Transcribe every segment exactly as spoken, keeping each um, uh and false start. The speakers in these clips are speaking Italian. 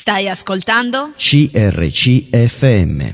Stai ascoltando C R C F M.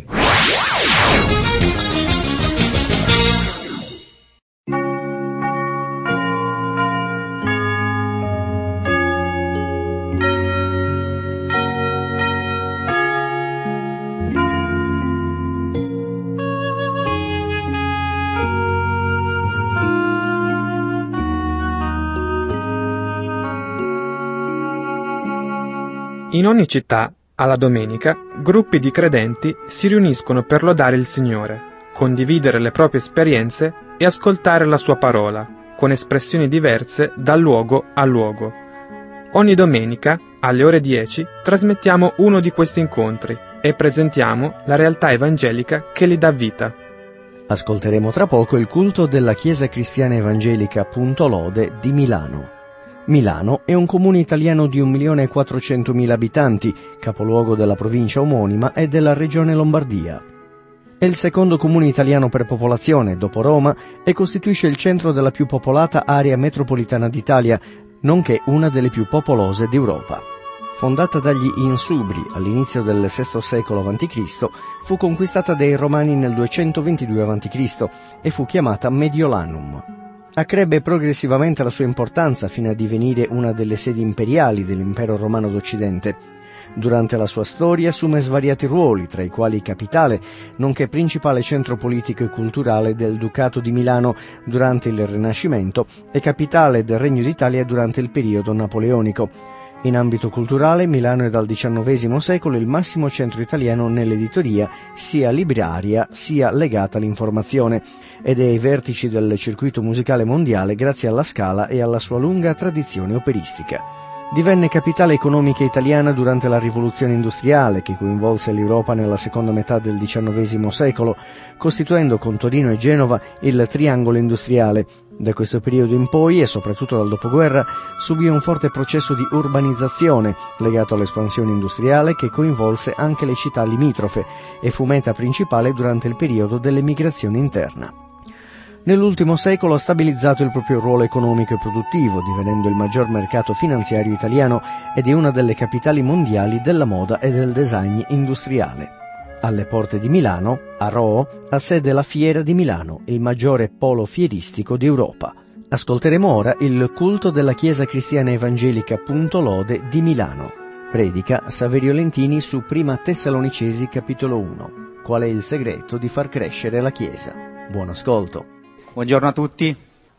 In ogni città, alla domenica, gruppi di credenti si riuniscono per lodare il Signore, condividere le proprie esperienze e ascoltare la Sua parola, con espressioni diverse da luogo a luogo. Ogni domenica, alle ore dieci, trasmettiamo uno di questi incontri e presentiamo la realtà evangelica che li dà vita. Ascolteremo tra poco il culto della Chiesa Cristiana Evangelica Punto Lode di Milano. Milano è un comune italiano di un milione e quattrocentomila abitanti, capoluogo della provincia omonima e della regione Lombardia. È il secondo comune italiano per popolazione, dopo Roma, e costituisce il centro della più popolata area metropolitana d'Italia, nonché una delle più popolose d'Europa. Fondata dagli Insubri all'inizio del sesto secolo avanti Cristo, fu conquistata dai Romani nel duecentoventidue avanti Cristo e fu chiamata Mediolanum. Accrebbe progressivamente la sua importanza fino a divenire una delle sedi imperiali dell'impero romano d'Occidente. Durante la sua storia assume svariati ruoli, tra i quali capitale, nonché principale centro politico e culturale del Ducato di Milano durante il Rinascimento e capitale del Regno d'Italia durante il periodo napoleonico. In ambito culturale, Milano è dal diciannovesimo secolo il massimo centro italiano nell'editoria, sia libraria sia legata all'informazione, ed è ai vertici del circuito musicale mondiale grazie alla Scala e alla sua lunga tradizione operistica. Divenne capitale economica italiana durante la rivoluzione industriale che coinvolse l'Europa nella seconda metà del diciannovesimo secolo, costituendo con Torino e Genova il triangolo industriale. Da questo periodo in poi, e soprattutto dal dopoguerra, subì un forte processo di urbanizzazione legato all'espansione industriale che coinvolse anche le città limitrofe e fu meta principale durante il periodo dell'emigrazione interna. Nell'ultimo secolo ha stabilizzato il proprio ruolo economico e produttivo, divenendo il maggior mercato finanziario italiano ed è una delle capitali mondiali della moda e del design industriale. Alle porte di Milano, a Rho, ha sede la Fiera di Milano, il maggiore polo fieristico d'Europa. Ascolteremo ora il culto della Chiesa Cristiana Evangelica Punto Lode di Milano. Predica Saverio Lentini su Prima Tessalonicesi capitolo uno. Qual è il segreto di far crescere la Chiesa? Buon ascolto. Buongiorno a tutti,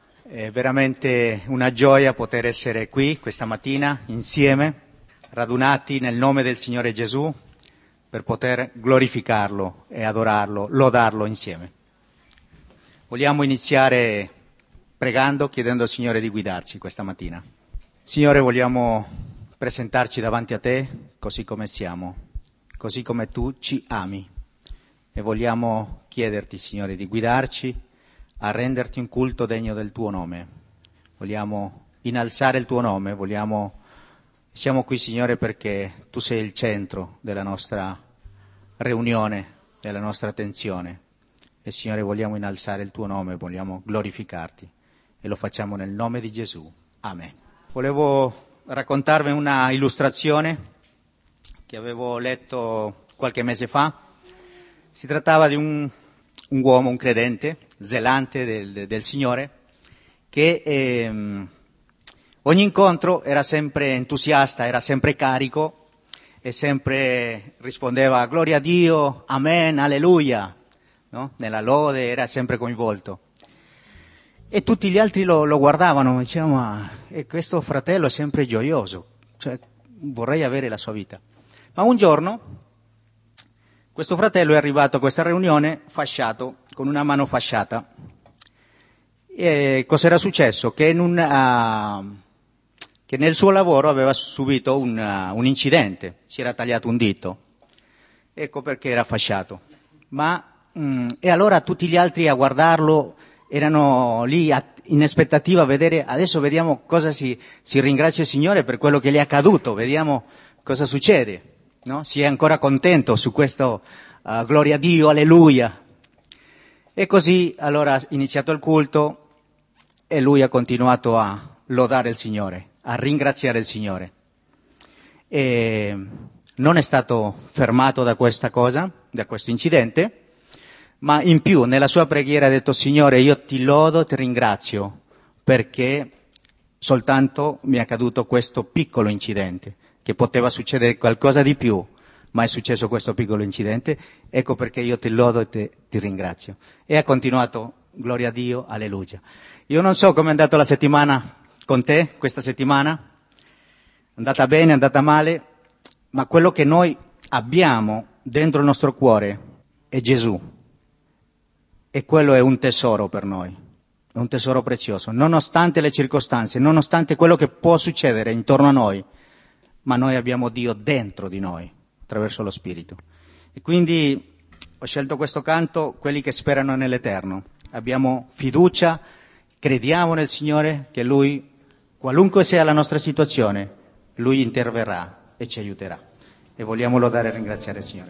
è veramente una gioia poter essere qui questa mattina insieme, radunati nel nome del Signore Gesù per poter glorificarlo e adorarlo, lodarlo insieme. Vogliamo iniziare pregando, chiedendo al Signore di guidarci questa mattina. Signore, vogliamo presentarci davanti a Te così come siamo, così come Tu ci ami e vogliamo chiederti, Signore, di guidarci a renderti un culto degno del tuo nome. Vogliamo innalzare il tuo nome, vogliamo, siamo qui, Signore, perché tu sei il centro della nostra riunione, della nostra attenzione. E Signore, vogliamo innalzare il tuo nome, vogliamo glorificarti e lo facciamo nel nome di Gesù. Amen. Volevo raccontarvi una illustrazione che avevo letto qualche mese fa. Si trattava di un, un uomo, un credente, zelante del, del Signore, che ehm, ogni incontro era sempre entusiasta, era sempre carico e sempre rispondeva gloria a Dio, amen, alleluia, no? Nella lode era sempre coinvolto. E tutti gli altri lo, lo guardavano e dicevano, ma e questo fratello è sempre gioioso, cioè vorrei avere la sua vita. Ma un giorno questo fratello è arrivato a questa riunione fasciato, con una mano fasciata. E cos'era successo? Che, in un, uh, che nel suo lavoro aveva subito un, uh, un incidente, si era tagliato un dito. Ecco perché era fasciato. Ma, mm, e allora tutti gli altri a guardarlo erano lì a, in aspettativa a vedere, adesso vediamo cosa si, si ringrazia il Signore per quello che gli è accaduto, vediamo cosa succede. No? Si è ancora contento su questo uh, gloria a Dio, alleluia. E così allora ha iniziato il culto e lui ha continuato a lodare il Signore, a ringraziare il Signore. E non è stato fermato da questa cosa, da questo incidente, ma in più nella sua preghiera ha detto: Signore, io ti lodo, ti ringrazio perché soltanto mi è accaduto questo piccolo incidente, che poteva succedere qualcosa di più, ma è successo questo piccolo incidente, ecco perché io ti lodo e te, ti ringrazio. E ha continuato: gloria a Dio, alleluia. Io non so come è andata la settimana con te, questa settimana, è andata bene, è andata male, ma quello che noi abbiamo dentro il nostro cuore è Gesù. E quello è un tesoro per noi, è un tesoro prezioso, nonostante le circostanze, nonostante quello che può succedere intorno a noi, ma noi abbiamo Dio dentro di noi, attraverso lo Spirito. E quindi ho scelto questo canto, quelli che sperano nell'Eterno. Abbiamo fiducia, crediamo nel Signore, che Lui, qualunque sia la nostra situazione, Lui interverrà e ci aiuterà. E vogliamo lodare e ringraziare il Signore.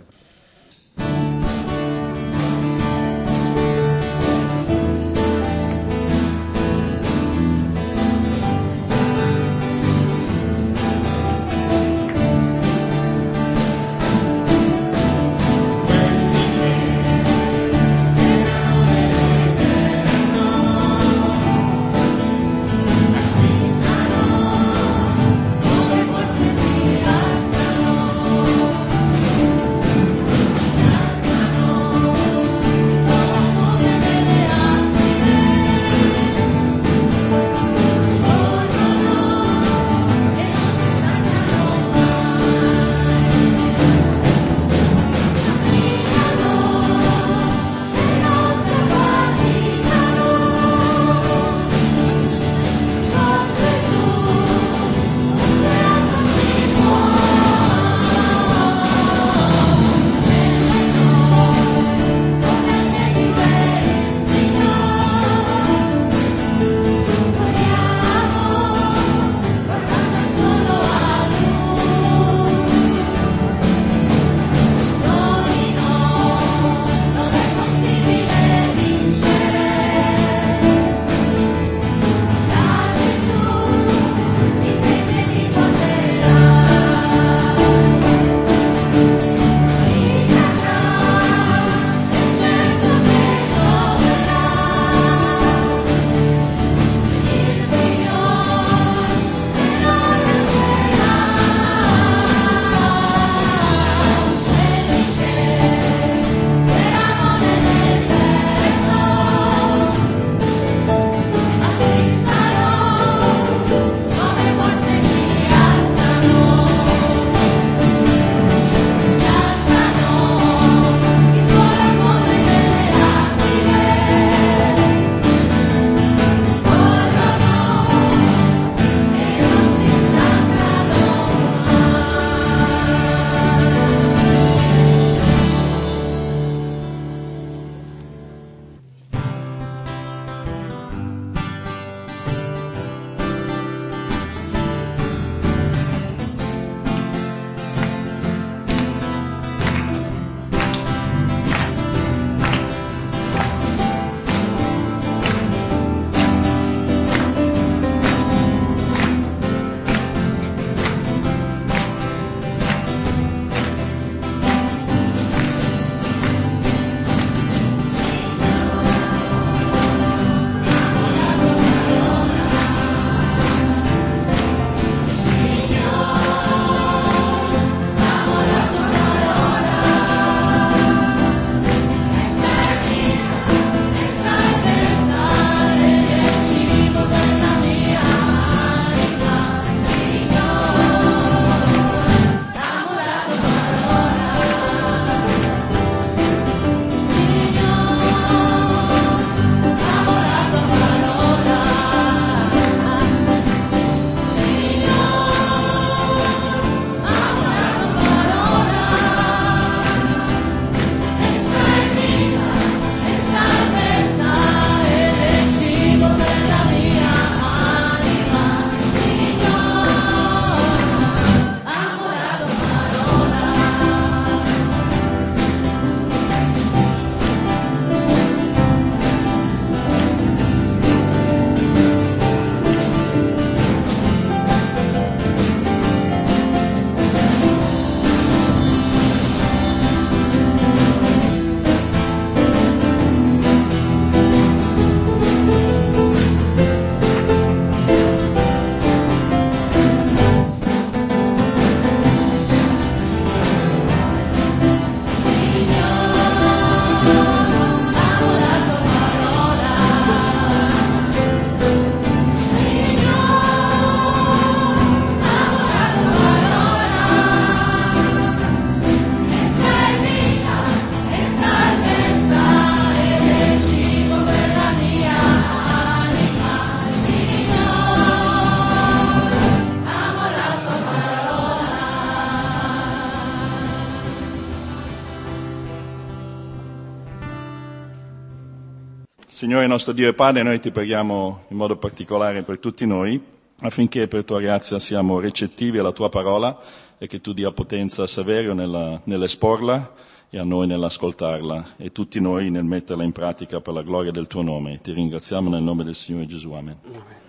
Signore nostro Dio e Padre, noi ti preghiamo in modo particolare per tutti noi, affinché per tua grazia siamo recettivi alla tua parola e che tu dia potenza a Saverio nella, nell'esporla e a noi nell'ascoltarla e tutti noi nel metterla in pratica per la gloria del tuo nome. Ti ringraziamo nel nome del Signore Gesù. Amen.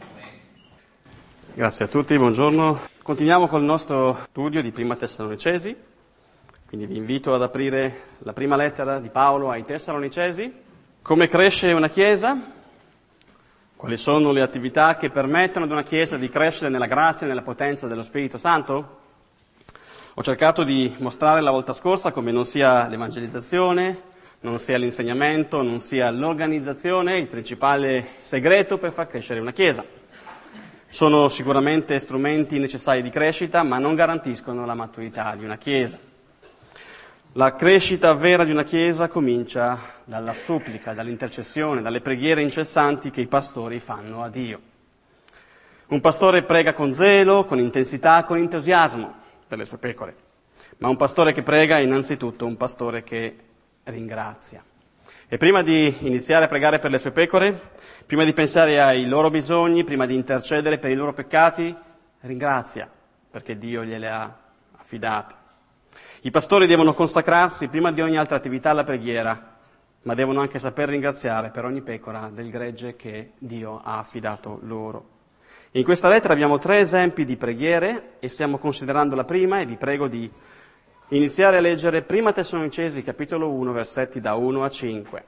Grazie a tutti, buongiorno. Continuiamo col nostro studio di Prima Tessalonicesi, quindi vi invito ad aprire la prima lettera di Paolo ai Tessalonicesi. Come cresce una Chiesa? Quali sono le attività che permettono ad una Chiesa di crescere nella grazia e nella potenza dello Spirito Santo? Ho cercato di mostrare la volta scorsa come non sia l'evangelizzazione, non sia l'insegnamento, non sia l'organizzazione il principale segreto per far crescere una Chiesa. Sono sicuramente strumenti necessari di crescita, ma non garantiscono la maturità di una Chiesa. La crescita vera di una Chiesa comincia dalla supplica, dall'intercessione, dalle preghiere incessanti che i pastori fanno a Dio. Un pastore prega con zelo, con intensità, con entusiasmo per le sue pecore, ma un pastore che prega è innanzitutto un pastore che ringrazia. E prima di iniziare a pregare per le sue pecore, prima di pensare ai loro bisogni, prima di intercedere per i loro peccati, ringrazia perché Dio gliele ha affidate. I pastori devono consacrarsi prima di ogni altra attività alla preghiera, ma devono anche saper ringraziare per ogni pecora del gregge che Dio ha affidato loro. In questa lettera abbiamo tre esempi di preghiere e stiamo considerando la prima e vi prego di iniziare a leggere Prima Tessalonicesi capitolo uno, versetti da uno a cinque.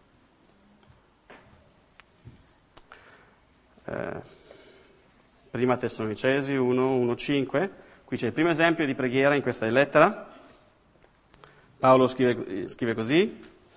Eh, Prima Tessalonicesi uno, uno, cinque. Qui c'è il primo esempio di preghiera in questa lettera. Paolo scrive, scrive così: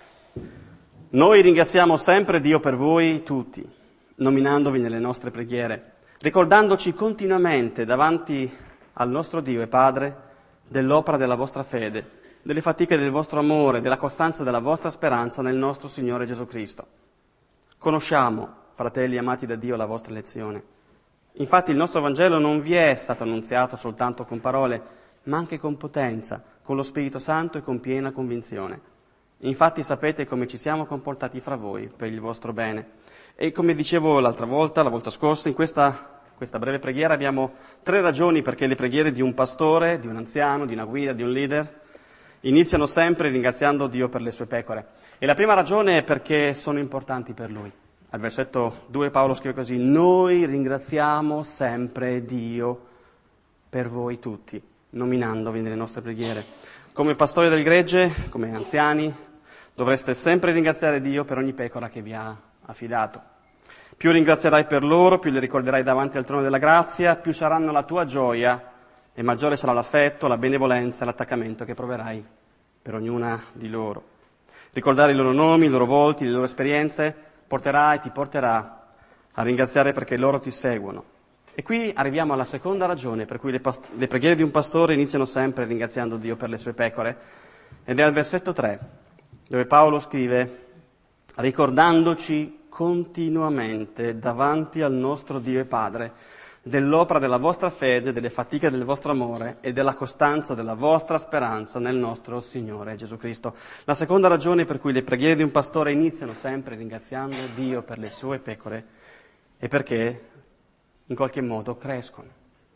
noi ringraziamo sempre Dio per voi tutti, nominandovi nelle nostre preghiere, ricordandoci continuamente davanti al nostro Dio e Padre dell'opera della vostra fede, delle fatiche del vostro amore, della costanza della vostra speranza nel nostro Signore Gesù Cristo. Conosciamo, fratelli amati da Dio, la vostra elezione. Infatti il nostro Vangelo non vi è stato annunziato soltanto con parole, ma anche con potenza, con lo Spirito Santo e con piena convinzione. Infatti sapete come ci siamo comportati fra voi per il vostro bene. E come dicevo l'altra volta, la volta scorsa, in questa, questa breve preghiera abbiamo tre ragioni perché le preghiere di un pastore, di un anziano, di una guida, di un leader, iniziano sempre ringraziando Dio per le sue pecore. E la prima ragione è perché sono importanti per Lui. Al versetto due Paolo scrive così: noi ringraziamo sempre Dio per voi tutti, nominandovi nelle nostre preghiere. Come pastori del gregge, come anziani, dovreste sempre ringraziare Dio per ogni pecora che vi ha affidato. Più ringrazierai per loro, più li ricorderai davanti al trono della grazia, più saranno la tua gioia e maggiore sarà l'affetto, la benevolenza e l'attaccamento che proverai per ognuna di loro. Ricordare i loro nomi, i loro volti, le loro esperienze porterà e ti porterà a ringraziare perché loro ti seguono. E qui arriviamo alla seconda ragione per cui le, past- le preghiere di un pastore iniziano sempre ringraziando Dio per le sue pecore, ed è al versetto tre, dove Paolo scrive: ricordandoci continuamente davanti al nostro Dio e Padre dell'opera della vostra fede, delle fatiche del vostro amore e della costanza della vostra speranza nel nostro Signore Gesù Cristo. La seconda ragione per cui le preghiere di un pastore iniziano sempre ringraziando Dio per le sue pecore è perché in qualche modo crescono.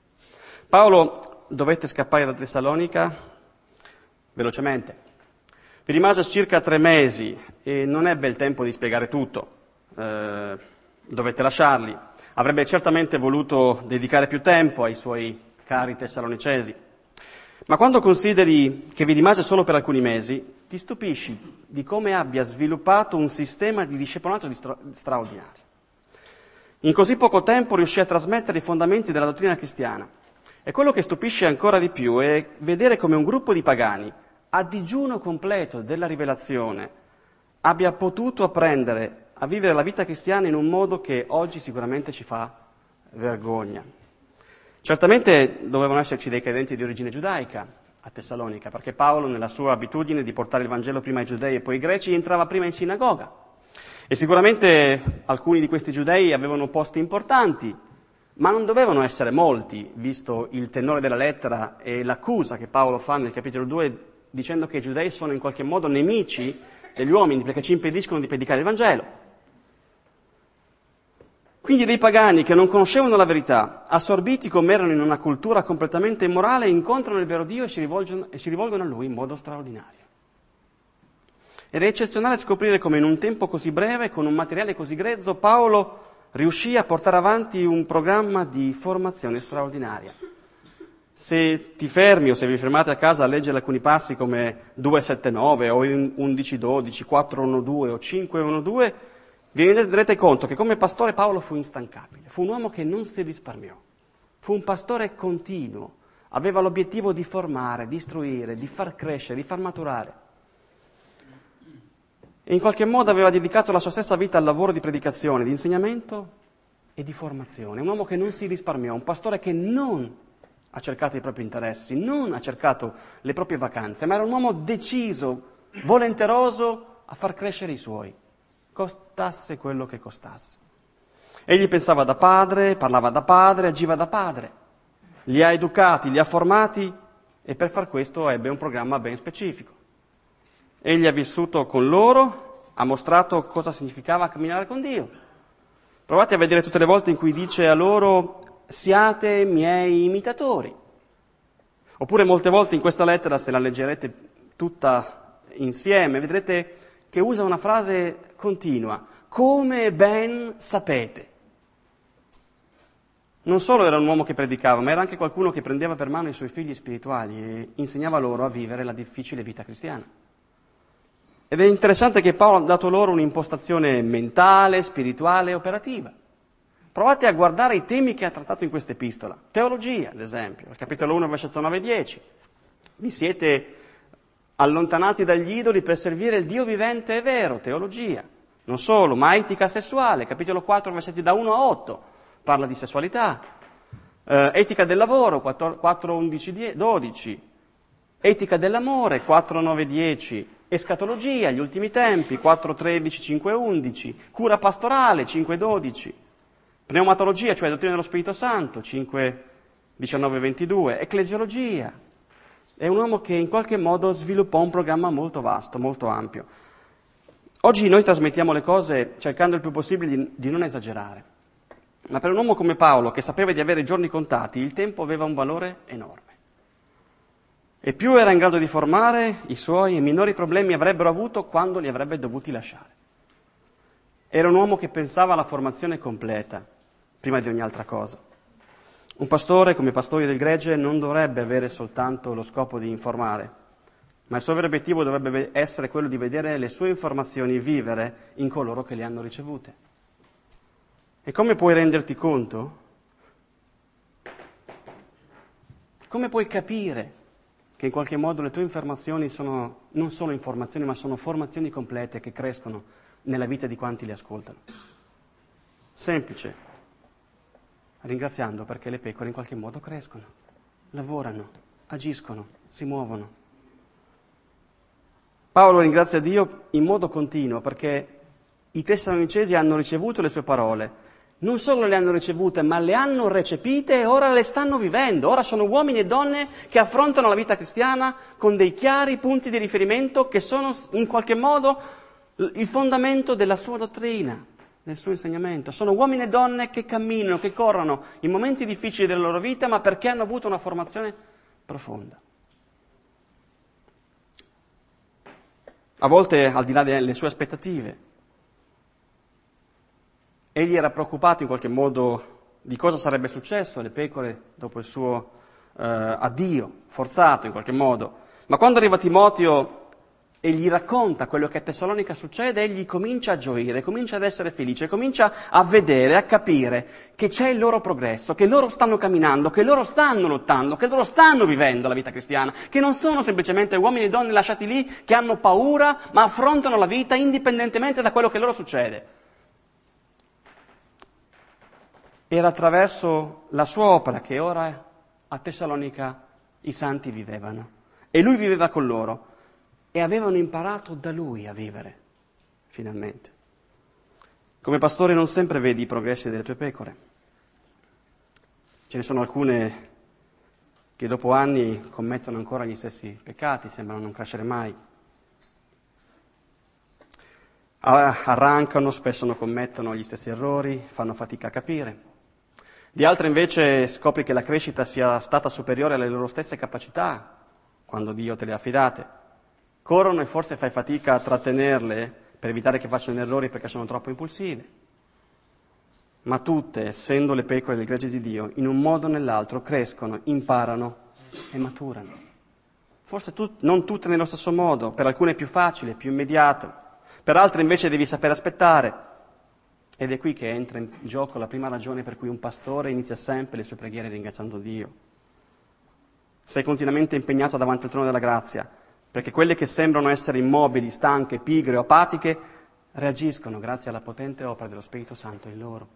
Paolo dovette scappare da Tessalonica velocemente. Vi rimase circa tre mesi e non ebbe il tempo di spiegare tutto. Eh, dovette lasciarli. Avrebbe certamente voluto dedicare più tempo ai suoi cari tessalonicesi. Ma quando consideri che vi rimase solo per alcuni mesi, ti stupisci di come abbia sviluppato un sistema di discepolato di stra- straordinario. In così poco tempo riuscì a trasmettere i fondamenti della dottrina cristiana. E quello che stupisce ancora di più è vedere come un gruppo di pagani, a digiuno completo della rivelazione, abbia potuto apprendere a vivere la vita cristiana in un modo che oggi sicuramente ci fa vergogna. Certamente dovevano esserci dei credenti di origine giudaica a Tessalonica, perché Paolo, nella sua abitudine di portare il Vangelo prima ai giudei e poi ai greci, entrava prima in sinagoga. E sicuramente alcuni di questi giudei avevano posti importanti, ma non dovevano essere molti, visto il tenore della lettera e l'accusa che Paolo fa nel capitolo due, dicendo che i giudei sono in qualche modo nemici degli uomini perché ci impediscono di predicare il Vangelo. Quindi dei pagani che non conoscevano la verità, assorbiti come erano in una cultura completamente immorale, incontrano il vero Dio e si rivolgono, e si rivolgono a Lui in modo straordinario. Ed è eccezionale scoprire come in un tempo così breve, con un materiale così grezzo, Paolo riuscì a portare avanti un programma di formazione straordinaria. Se ti fermi o se vi fermate a casa a leggere alcuni passi come due sette nove o undici dodici, quattro uno due o cinque uno due, vi renderete conto che come pastore Paolo fu instancabile, fu un uomo che non si risparmiò, fu un pastore continuo, aveva l'obiettivo di formare, di istruire, di far crescere, di far maturare. E in qualche modo aveva dedicato la sua stessa vita al lavoro di predicazione, di insegnamento e di formazione. Un uomo che non si risparmiò, un pastore che non ha cercato i propri interessi, non ha cercato le proprie vacanze, ma era un uomo deciso, volenteroso a far crescere i suoi, costasse quello che costasse. Egli pensava da padre, parlava da padre, agiva da padre. Li ha educati, li ha formati e per far questo ebbe un programma ben specifico. Egli ha vissuto con loro, ha mostrato cosa significava camminare con Dio. Provate a vedere tutte le volte in cui dice a loro siate miei imitatori. Oppure molte volte in questa lettera, se la leggerete tutta insieme, vedrete che usa una frase continua, come ben sapete. Non solo era un uomo che predicava, ma era anche qualcuno che prendeva per mano i suoi figli spirituali e insegnava loro a vivere la difficile vita cristiana. Ed è interessante che Paolo ha dato loro un'impostazione mentale, spirituale e operativa. Provate a guardare i temi che ha trattato in questa epistola. Teologia, ad esempio, al capitolo uno, versetto nove e dieci. Vi siete allontanati dagli idoli per servire il Dio vivente e vero, teologia. Non solo, ma etica sessuale, capitolo quattro, versetti da uno a otto, parla di sessualità. Eh, etica del lavoro, quattro, undici, dodici. Etica dell'amore, quattro, nove, dieci. Escatologia, gli ultimi tempi, quattro, tredici, cinque, undici. Cura pastorale, cinque, dodici. Pneumatologia, cioè dottrina dello Spirito Santo, cinque, diciannove, ventidue. Ecclesiologia. È un uomo che in qualche modo sviluppò un programma molto vasto, molto ampio. Oggi noi trasmettiamo le cose cercando il più possibile di, di non esagerare. Ma per un uomo come Paolo, che sapeva di avere i giorni contati, il tempo aveva un valore enorme. E più era in grado di formare i suoi, e minori problemi avrebbero avuto quando li avrebbe dovuti lasciare. Era un uomo che pensava alla formazione completa, prima di ogni altra cosa. Un pastore, come i pastori del gregge, non dovrebbe avere soltanto lo scopo di informare, ma il suo vero obiettivo dovrebbe essere quello di vedere le sue informazioni vivere in coloro che le hanno ricevute. E come puoi renderti conto? Come puoi capire che in qualche modo le tue informazioni sono non solo informazioni, ma sono formazioni complete che crescono nella vita di quanti le ascoltano? Semplice, ringraziando perché le pecore in qualche modo crescono, lavorano, agiscono, si muovono. Paolo ringrazia Dio in modo continuo perché i Tessalonicesi hanno ricevuto le sue parole. Non solo le hanno ricevute, ma le hanno recepite e ora le stanno vivendo. Ora sono uomini e donne che affrontano la vita cristiana con dei chiari punti di riferimento che sono in qualche modo il fondamento della sua dottrina, del suo insegnamento. Sono uomini e donne che camminano, che corrono in momenti difficili della loro vita, ma perché hanno avuto una formazione profonda. A volte al di là delle sue aspettative. Egli era preoccupato in qualche modo di cosa sarebbe successo alle pecore dopo il suo eh, addio, forzato in qualche modo. Ma quando arriva Timoteo e gli racconta quello che a Tessalonica succede, egli comincia a gioire, comincia ad essere felice, comincia a vedere, a capire che c'è il loro progresso, che loro stanno camminando, che loro stanno lottando, che loro stanno vivendo la vita cristiana, che non sono semplicemente uomini e donne lasciati lì che hanno paura, ma affrontano la vita indipendentemente da quello che loro succede. Era attraverso la sua opera che ora a Tessalonica i santi vivevano. E lui viveva con loro. E avevano imparato da lui a vivere, finalmente. Come pastore non sempre vedi i progressi delle tue pecore. Ce ne sono alcune che dopo anni commettono ancora gli stessi peccati, sembrano non crescere mai. arrancano, spesso non commettono gli stessi errori, fanno fatica a capire. Di altre invece scopri che la crescita sia stata superiore alle loro stesse capacità quando Dio te le ha affidate. Corrono e forse fai fatica a trattenerle per evitare che facciano errori perché sono troppo impulsive. Ma tutte, essendo le pecore del gregge di Dio, in un modo o nell'altro crescono, imparano e maturano. Forse tu, non tutte nello stesso modo, per alcune è più facile, più immediato, per altre invece devi sapere aspettare. Ed è qui che entra in gioco la prima ragione per cui un pastore inizia sempre le sue preghiere ringraziando Dio. Sei continuamente impegnato davanti al trono della grazia, perché quelle che sembrano essere immobili, stanche, pigre o apatiche, reagiscono grazie alla potente opera dello Spirito Santo in loro.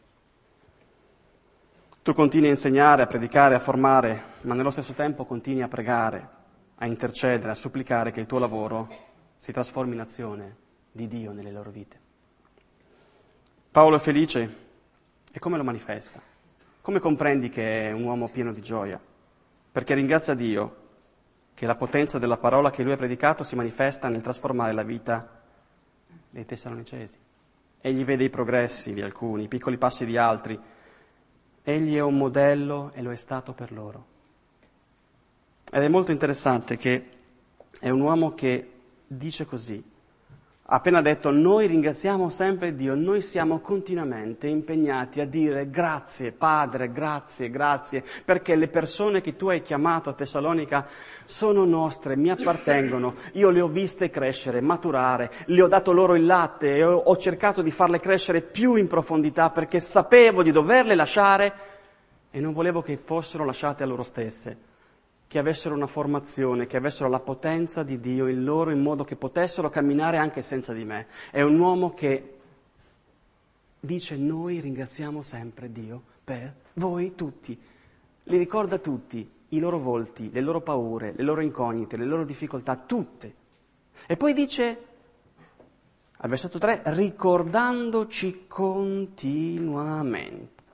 Tu continui a insegnare, a predicare, a formare, ma nello stesso tempo continui a pregare, a intercedere, a supplicare che il tuo lavoro si trasformi in azione di Dio nelle loro vite. Paolo è felice e come lo manifesta? Come comprendi che è un uomo pieno di gioia? Perché ringrazia Dio che la potenza della parola che lui ha predicato si manifesta nel trasformare la vita dei Tessalonicesi. Egli vede i progressi di alcuni, i piccoli passi di altri. Egli è un modello e lo è stato per loro. Ed è molto interessante che è un uomo che dice così. Ha appena detto, noi ringraziamo sempre Dio, noi siamo continuamente impegnati a dire grazie Padre, grazie, grazie, perché le persone che tu hai chiamato a Tessalonica sono nostre, mi appartengono, io le ho viste crescere, maturare, le ho dato loro il latte e ho, ho cercato di farle crescere più in profondità perché sapevo di doverle lasciare e non volevo che fossero lasciate a loro stesse. Che avessero una formazione, che avessero la potenza di Dio in loro in modo che potessero camminare anche senza di me. È un uomo che dice noi ringraziamo sempre Dio per voi tutti. Li ricorda tutti, i loro volti, le loro paure, le loro incognite, le loro difficoltà, tutte. E poi dice, al versetto tre, ricordandoci continuamente.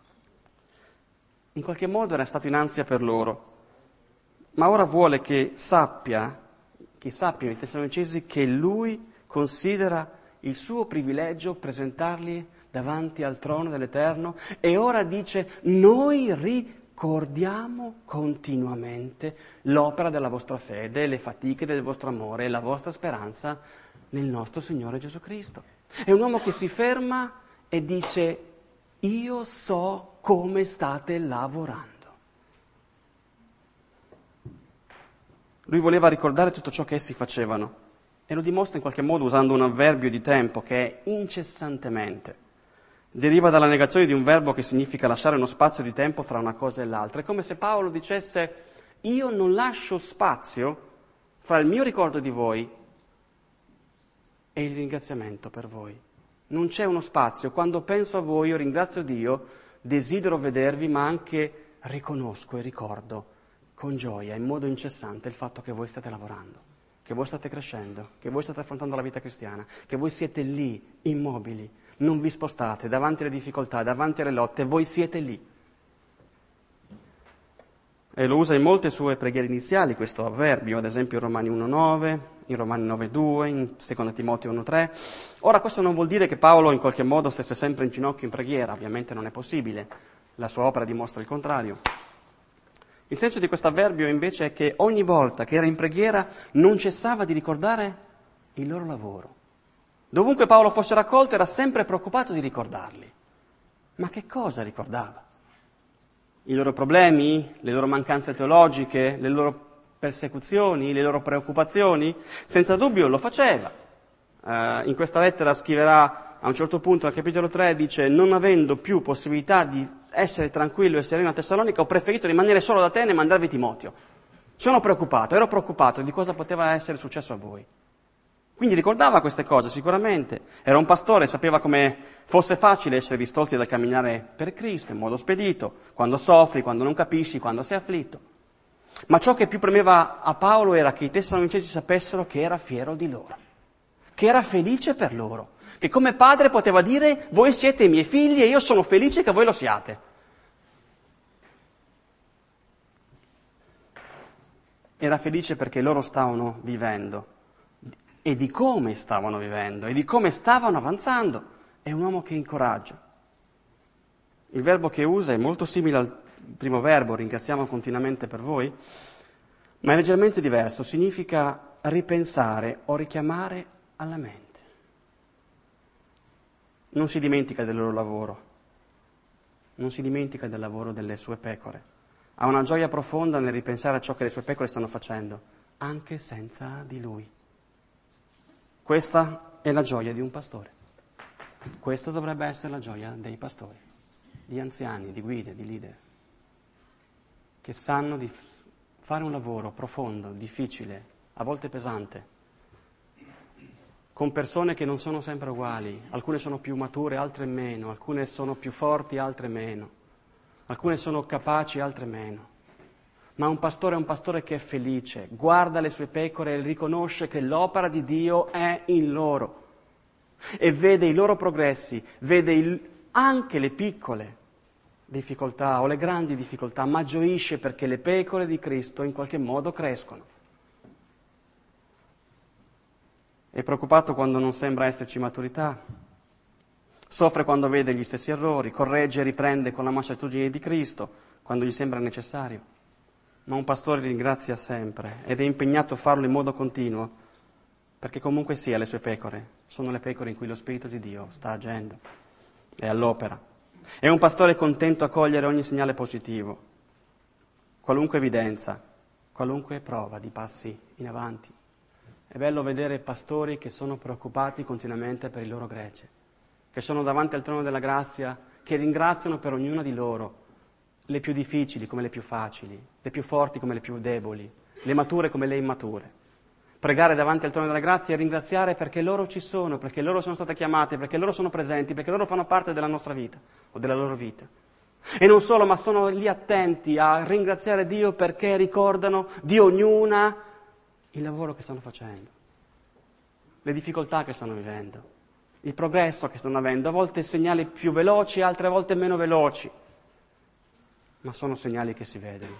In qualche modo era stato in ansia per loro. Ma ora vuole che sappia, che sappiano i Tessalonicesi che lui considera il suo privilegio presentarli davanti al trono dell'Eterno e ora dice noi ricordiamo continuamente l'opera della vostra fede, le fatiche del vostro amore e la vostra speranza nel nostro Signore Gesù Cristo. È un uomo che si ferma e dice io so come state lavorando. Lui voleva ricordare tutto ciò che essi facevano e lo dimostra in qualche modo usando un avverbio di tempo che è incessantemente. Deriva dalla negazione di un verbo che significa lasciare uno spazio di tempo fra una cosa e l'altra. È come se Paolo dicesse io non lascio spazio fra il mio ricordo di voi e il ringraziamento per voi. Non c'è uno spazio. Quando penso a voi io ringrazio Dio, desidero vedervi ma anche riconosco e ricordo con gioia, in modo incessante, il fatto che voi state lavorando, che voi state crescendo, che voi state affrontando la vita cristiana, che voi siete lì, immobili, non vi spostate, davanti alle difficoltà, davanti alle lotte, voi siete lì. E lo usa in molte sue preghiere iniziali, questo avverbio, ad esempio in Romani uno nove, in Romani nove due, in seconda Timoteo uno tre. Ora, questo non vuol dire che Paolo in qualche modo stesse sempre in ginocchio in preghiera, ovviamente non è possibile, la sua opera dimostra il contrario. Il senso di questo avverbio invece è che ogni volta che era in preghiera non cessava di ricordare il loro lavoro. Dovunque Paolo fosse raccolto era sempre preoccupato di ricordarli. Ma che cosa ricordava? I loro problemi, le loro mancanze teologiche, le loro persecuzioni, le loro preoccupazioni? Senza dubbio lo faceva. Uh, in questa lettera scriverà a un certo punto, al capitolo tre, dice non avendo più possibilità di essere tranquillo e sereno a Tessalonica, ho preferito rimanere solo ad Atene e mandarvi Timoteo. Sono preoccupato, ero preoccupato di cosa poteva essere successo a voi. Quindi ricordava queste cose sicuramente. Era un pastore, sapeva come fosse facile essere distolti dal camminare per Cristo in modo spedito, quando soffri, quando non capisci, quando sei afflitto. Ma ciò che più premeva a Paolo era che i Tessalonicesi sapessero che era fiero di loro, che era felice per loro, che come padre poteva dire voi siete i miei figli e io sono felice che voi lo siate. Era felice perché loro stavano vivendo e di come stavano vivendo e di come stavano avanzando. È un uomo che incoraggia. Il verbo che usa è molto simile al primo verbo, ringraziamo continuamente per voi, ma è leggermente diverso, significa ripensare o richiamare alla mente. Non si dimentica del loro lavoro, non si dimentica del lavoro delle sue pecore, ha una gioia profonda nel ripensare a ciò che le sue pecore stanno facendo, anche senza di lui. Questa è la gioia di un pastore, questa dovrebbe essere la gioia dei pastori, di anziani, di guide, di leader, che sanno di fare un lavoro profondo, difficile, a volte pesante, con persone che non sono sempre uguali, alcune sono più mature, altre meno, alcune sono più forti, altre meno, alcune sono capaci, altre meno. Ma un pastore è un pastore che è felice, guarda le sue pecore e riconosce che l'opera di Dio è in loro e vede i loro progressi, vede il, anche le piccole difficoltà o le grandi difficoltà, ma gioisce perché le pecore di Cristo in qualche modo crescono. È preoccupato quando non sembra esserci maturità, soffre quando vede gli stessi errori, corregge e riprende con la mansuetudine di Cristo quando gli sembra necessario. Ma un pastore ringrazia sempre ed è impegnato a farlo in modo continuo, perché comunque sia le sue pecore sono le pecore in cui lo Spirito di Dio sta agendo, è all'opera. È un pastore contento a cogliere ogni segnale positivo, qualunque evidenza, qualunque prova di passi in avanti. È bello vedere pastori che sono preoccupati continuamente per il loro gregge, che sono davanti al trono della grazia, che ringraziano per ognuna di loro, le più difficili come le più facili, le più forti come le più deboli, le mature come le immature. Pregare davanti al trono della grazia e ringraziare perché loro ci sono, perché loro sono state chiamate, perché loro sono presenti, perché loro fanno parte della nostra vita o della loro vita. E non solo, ma sono lì attenti a ringraziare Dio perché ricordano di ognuna il lavoro che stanno facendo, le difficoltà che stanno vivendo, il progresso che stanno avendo, a volte segnali più veloci, altre volte meno veloci, ma sono segnali che si vedono.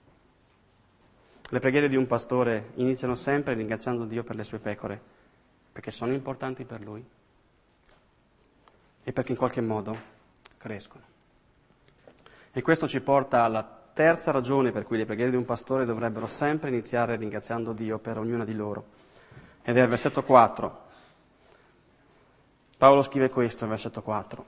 Le preghiere di un pastore iniziano sempre ringraziando Dio per le sue pecore, perché sono importanti per Lui e perché in qualche modo crescono. E questo ci porta alla terza ragione per cui le preghiere di un pastore dovrebbero sempre iniziare ringraziando Dio per ognuna di loro. Ed è il versetto quattro. Paolo scrive questo nel versetto quattro.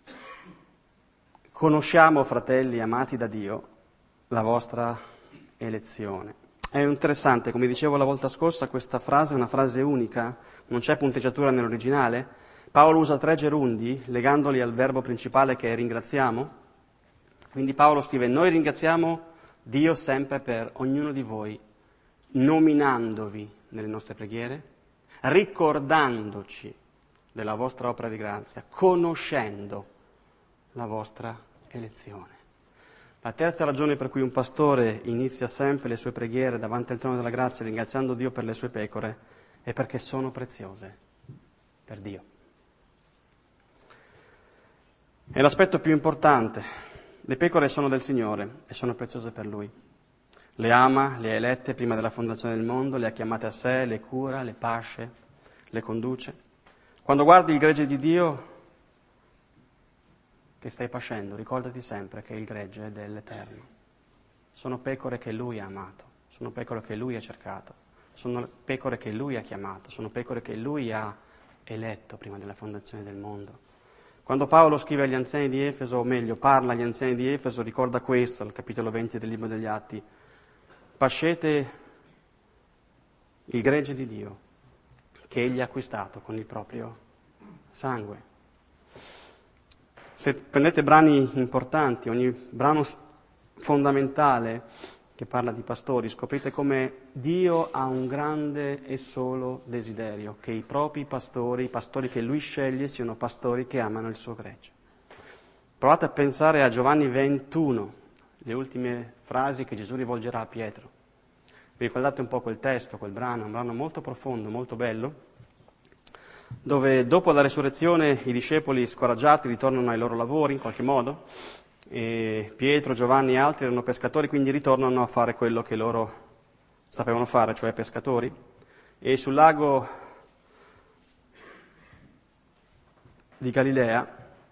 Conosciamo, fratelli amati da Dio, la vostra elezione. È interessante, come dicevo la volta scorsa, questa frase è una frase unica, non c'è punteggiatura nell'originale. Paolo usa tre gerundi, legandoli al verbo principale che è ringraziamo. Quindi Paolo scrive, noi ringraziamo Dio sempre per ognuno di voi, nominandovi nelle nostre preghiere, ricordandoci della vostra opera di grazia, conoscendo la vostra elezione. La terza ragione per cui un pastore inizia sempre le sue preghiere davanti al trono della grazia ringraziando Dio per le sue pecore è perché sono preziose per Dio. È l'aspetto più importante. Le pecore sono del Signore e sono preziose per Lui. Le ama, le ha elette prima della fondazione del mondo, le ha chiamate a sé, le cura, le pasce, le conduce. Quando guardi il gregge di Dio che stai pascendo, ricordati sempre che il gregge è dell'Eterno. Sono pecore che Lui ha amato, sono pecore che Lui ha cercato, sono pecore che Lui ha chiamato, sono pecore che Lui ha eletto prima della fondazione del mondo. Quando Paolo scrive agli anziani di Efeso, o meglio, parla agli anziani di Efeso, ricorda questo, al capitolo venti del libro degli Atti. Pascete il gregge di Dio, che Egli ha acquistato con il proprio sangue. Se prendete brani importanti, ogni brano fondamentale che parla di pastori, scoprite come Dio ha un grande e solo desiderio, che i propri pastori, i pastori che Lui sceglie, siano pastori che amano il suo gregge. Provate a pensare a Giovanni ventuno, le ultime frasi che Gesù rivolgerà a Pietro. Vi ricordate un po' quel testo, quel brano, un brano molto profondo, molto bello, dove dopo la resurrezione i discepoli scoraggiati ritornano ai loro lavori in qualche modo, e Pietro, Giovanni e altri erano pescatori, quindi ritornano a fare quello che loro sapevano fare, cioè pescatori, e sul lago di Galilea,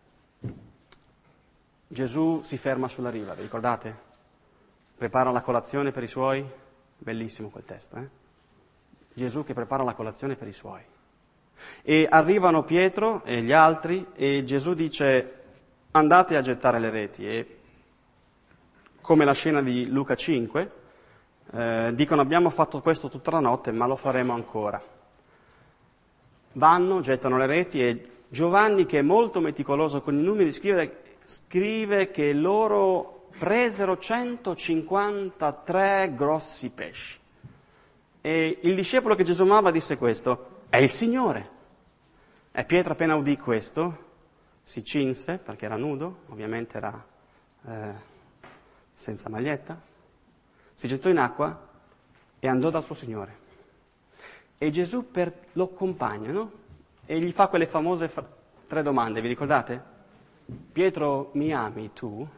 Gesù si ferma sulla riva, vi ricordate? Prepara la colazione per i suoi, bellissimo quel testo, eh? Gesù che prepara la colazione per i suoi. E arrivano Pietro e gli altri e Gesù dice andate a gettare le reti. E come la scena di Luca cinque, eh, dicono abbiamo fatto questo tutta la notte ma lo faremo ancora. Vanno, gettano le reti e Giovanni, che è molto meticoloso con i numeri, scrive, scrive che loro presero centocinquantatré grossi pesci. E il discepolo che Gesù amava disse questo, è il Signore. E Pietro appena udì questo, si cinse, perché era nudo, ovviamente era eh, senza maglietta, si gettò in acqua e andò dal suo Signore. E Gesù per, lo accompagna, no? E gli fa quelle famose fa- tre domande, vi ricordate? Pietro, mi ami tu?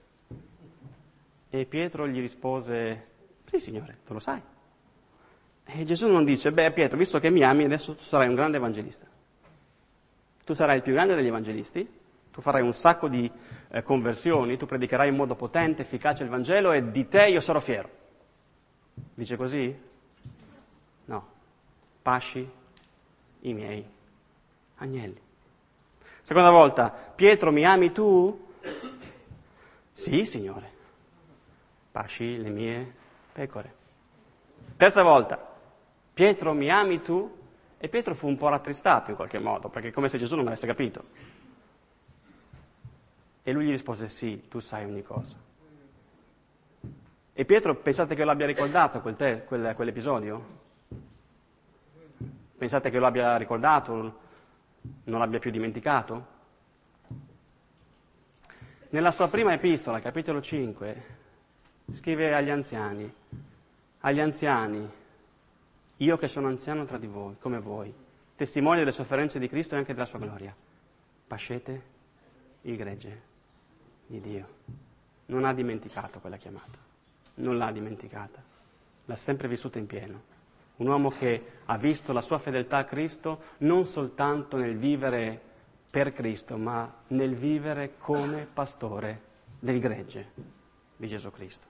E Pietro gli rispose, sì Signore, tu lo sai. E Gesù non dice, beh Pietro, visto che mi ami, adesso tu sarai un grande evangelista. Tu sarai il più grande degli evangelisti, tu farai un sacco di eh, conversioni, tu predicherai in modo potente, efficace il Vangelo e di te io sarò fiero. Dice così? No. Pasci i miei agnelli. Seconda volta, Pietro, mi ami tu? Sì, Signore. Pasci le mie pecore. Terza volta, Pietro, mi ami tu? E Pietro fu un po' rattristato in qualche modo, perché è come se Gesù non avesse capito. E lui gli rispose, sì, tu sai ogni cosa. E Pietro, pensate che lo abbia ricordato quel te, quel, quell'episodio? Pensate che lo abbia ricordato, non l'abbia più dimenticato? Nella sua prima epistola, capitolo cinque, scrive agli anziani, agli anziani, io che sono anziano tra di voi, come voi, testimone delle sofferenze di Cristo e anche della sua gloria, pascete il gregge di Dio. Non ha dimenticato quella chiamata, non l'ha dimenticata, l'ha sempre vissuta in pieno. Un uomo che ha visto la sua fedeltà a Cristo non soltanto nel vivere per Cristo, ma nel vivere come pastore del gregge di Gesù Cristo.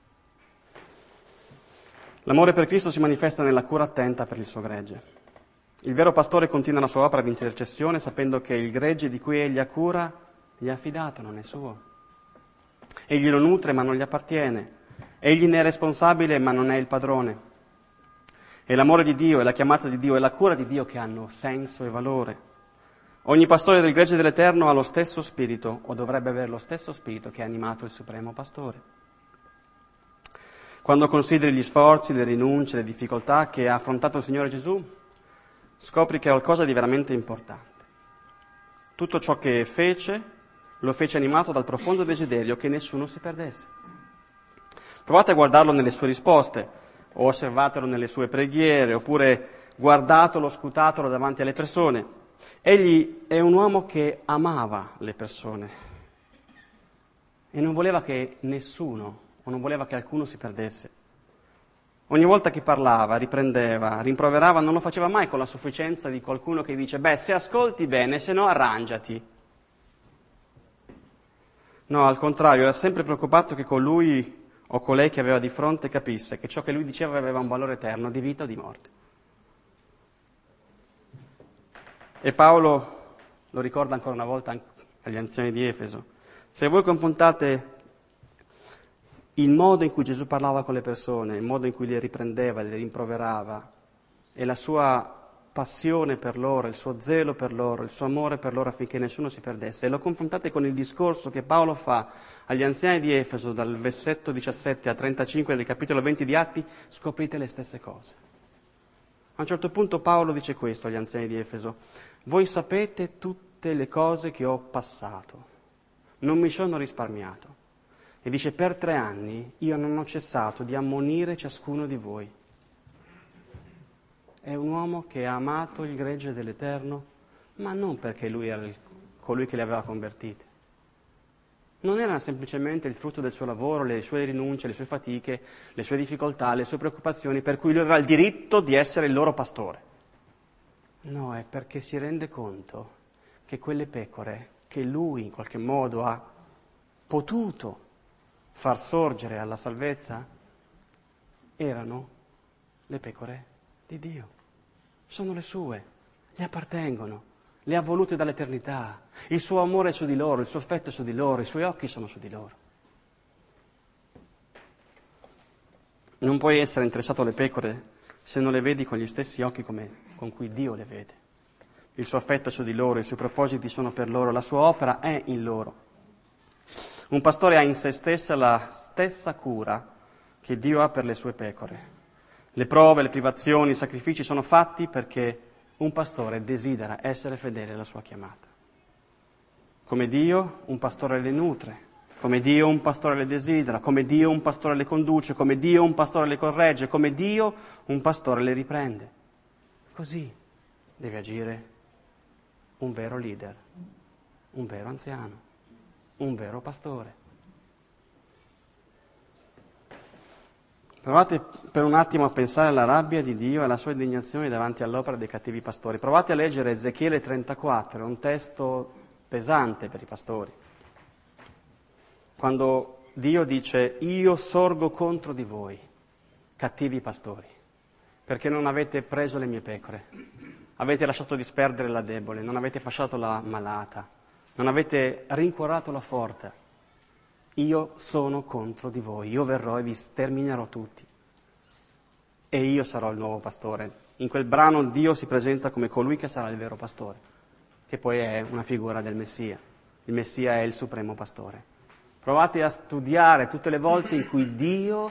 L'amore per Cristo si manifesta nella cura attenta per il suo gregge. Il vero pastore continua la sua opera di intercessione sapendo che il gregge di cui egli ha cura gli è affidato, non è suo. Egli lo nutre ma non gli appartiene. Egli ne è responsabile ma non è il padrone. È l'amore di Dio, è la chiamata di Dio, è la cura di Dio che hanno senso e valore. Ogni pastore del gregge dell'Eterno ha lo stesso spirito, o dovrebbe avere lo stesso spirito che ha animato il Supremo Pastore. Quando consideri gli sforzi, le rinunce, le difficoltà che ha affrontato il Signore Gesù, scopri che è qualcosa di veramente importante. Tutto ciò che fece, lo fece animato dal profondo desiderio che nessuno si perdesse. Provate a guardarlo nelle sue risposte, o osservatelo nelle sue preghiere, oppure guardatelo, scutatelo davanti alle persone. Egli è un uomo che amava le persone e non voleva che nessuno, o non voleva che alcuno si perdesse. Ogni volta che parlava, riprendeva, rimproverava, non lo faceva mai con la sufficienza di qualcuno che dice, beh, se ascolti bene, se no arrangiati. No, al contrario, era sempre preoccupato che colui o colei che aveva di fronte capisse che ciò che lui diceva aveva un valore eterno, di vita o di morte. E Paolo lo ricorda ancora una volta agli anziani di Efeso. Se voi confrontate il modo in cui Gesù parlava con le persone, il modo in cui le riprendeva, le rimproverava, e la sua passione per loro, il suo zelo per loro, il suo amore per loro affinché nessuno si perdesse, e lo confrontate con il discorso che Paolo fa agli anziani di Efeso dal versetto diciassette a trentacinque del capitolo venti di Atti, scoprite le stesse cose. A un certo punto Paolo dice questo agli anziani di Efeso: voi sapete tutte le cose che ho passato, non mi sono risparmiato. E dice, per tre anni io non ho cessato di ammonire ciascuno di voi. È un uomo che ha amato il gregge dell'Eterno, ma non perché lui era il, colui che li aveva convertiti. Non era semplicemente il frutto del suo lavoro, le sue rinunce, le sue fatiche, le sue difficoltà, le sue preoccupazioni, per cui lui aveva il diritto di essere il loro pastore. No, è perché si rende conto che quelle pecore che lui in qualche modo ha potuto far sorgere alla salvezza erano le pecore di Dio. Sono le sue, gli appartengono, le ha volute dall'eternità. Il suo amore è su di loro, il suo affetto è su di loro, i suoi occhi sono su di loro. Non puoi essere interessato alle pecore se non le vedi con gli stessi occhi come, con cui Dio le vede. Il suo affetto è su di loro, i suoi propositi sono per loro, la sua opera è in loro. Un pastore ha in se stessa la stessa cura che Dio ha per le sue pecore. Le prove, le privazioni, i sacrifici sono fatti perché un pastore desidera essere fedele alla sua chiamata. Come Dio, un pastore le nutre. Come Dio un pastore le desidera, come Dio un pastore le conduce, come Dio un pastore le corregge, come Dio un pastore le riprende. Così deve agire un vero leader, un vero anziano, un vero pastore. Provate per un attimo a pensare alla rabbia di Dio e alla sua indignazione davanti all'opera dei cattivi pastori. Provate a leggere Ezechiele trentaquattro, è un testo pesante per i pastori. Quando Dio dice, io sorgo contro di voi, cattivi pastori, perché non avete preso le mie pecore, avete lasciato disperdere la debole, non avete fasciato la malata, non avete rincuorato la forte, io sono contro di voi, io verrò e vi sterminerò tutti. E io sarò il nuovo pastore. In quel brano Dio si presenta come colui che sarà il vero pastore, che poi è una figura del Messia. Il Messia è il supremo pastore. Provate a studiare tutte le volte in cui Dio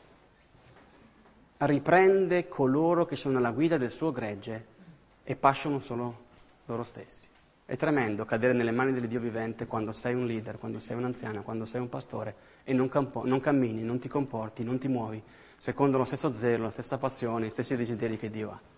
riprende coloro che sono alla guida del suo gregge e pasciono solo loro stessi. È tremendo cadere nelle mani del Dio vivente quando sei un leader, quando sei un anziano, quando sei un pastore e non, campo, non cammini, non ti comporti, non ti muovi secondo lo stesso zelo, la stessa passione, gli stessi desideri che Dio ha.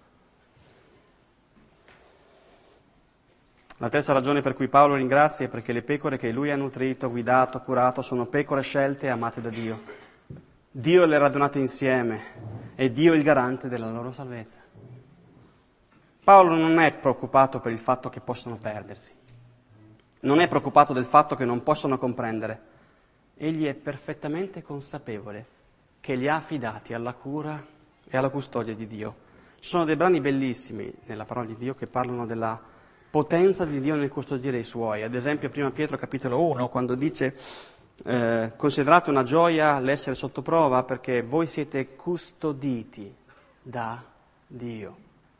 La terza ragione per cui Paolo ringrazia è perché le pecore che lui ha nutrito, guidato, curato sono pecore scelte e amate da Dio. Dio le ha radunate insieme e Dio è il garante della loro salvezza. Paolo non è preoccupato per il fatto che possono perdersi, non è preoccupato del fatto che non possono comprendere. Egli è perfettamente consapevole che li ha affidati alla cura e alla custodia di Dio. Ci sono dei brani bellissimi nella parola di Dio che parlano della potenza di Dio nel custodire i suoi. Ad esempio primo Pietro capitolo uno, quando dice eh, considerate una gioia l'essere sotto prova perché voi siete custoditi da Dio.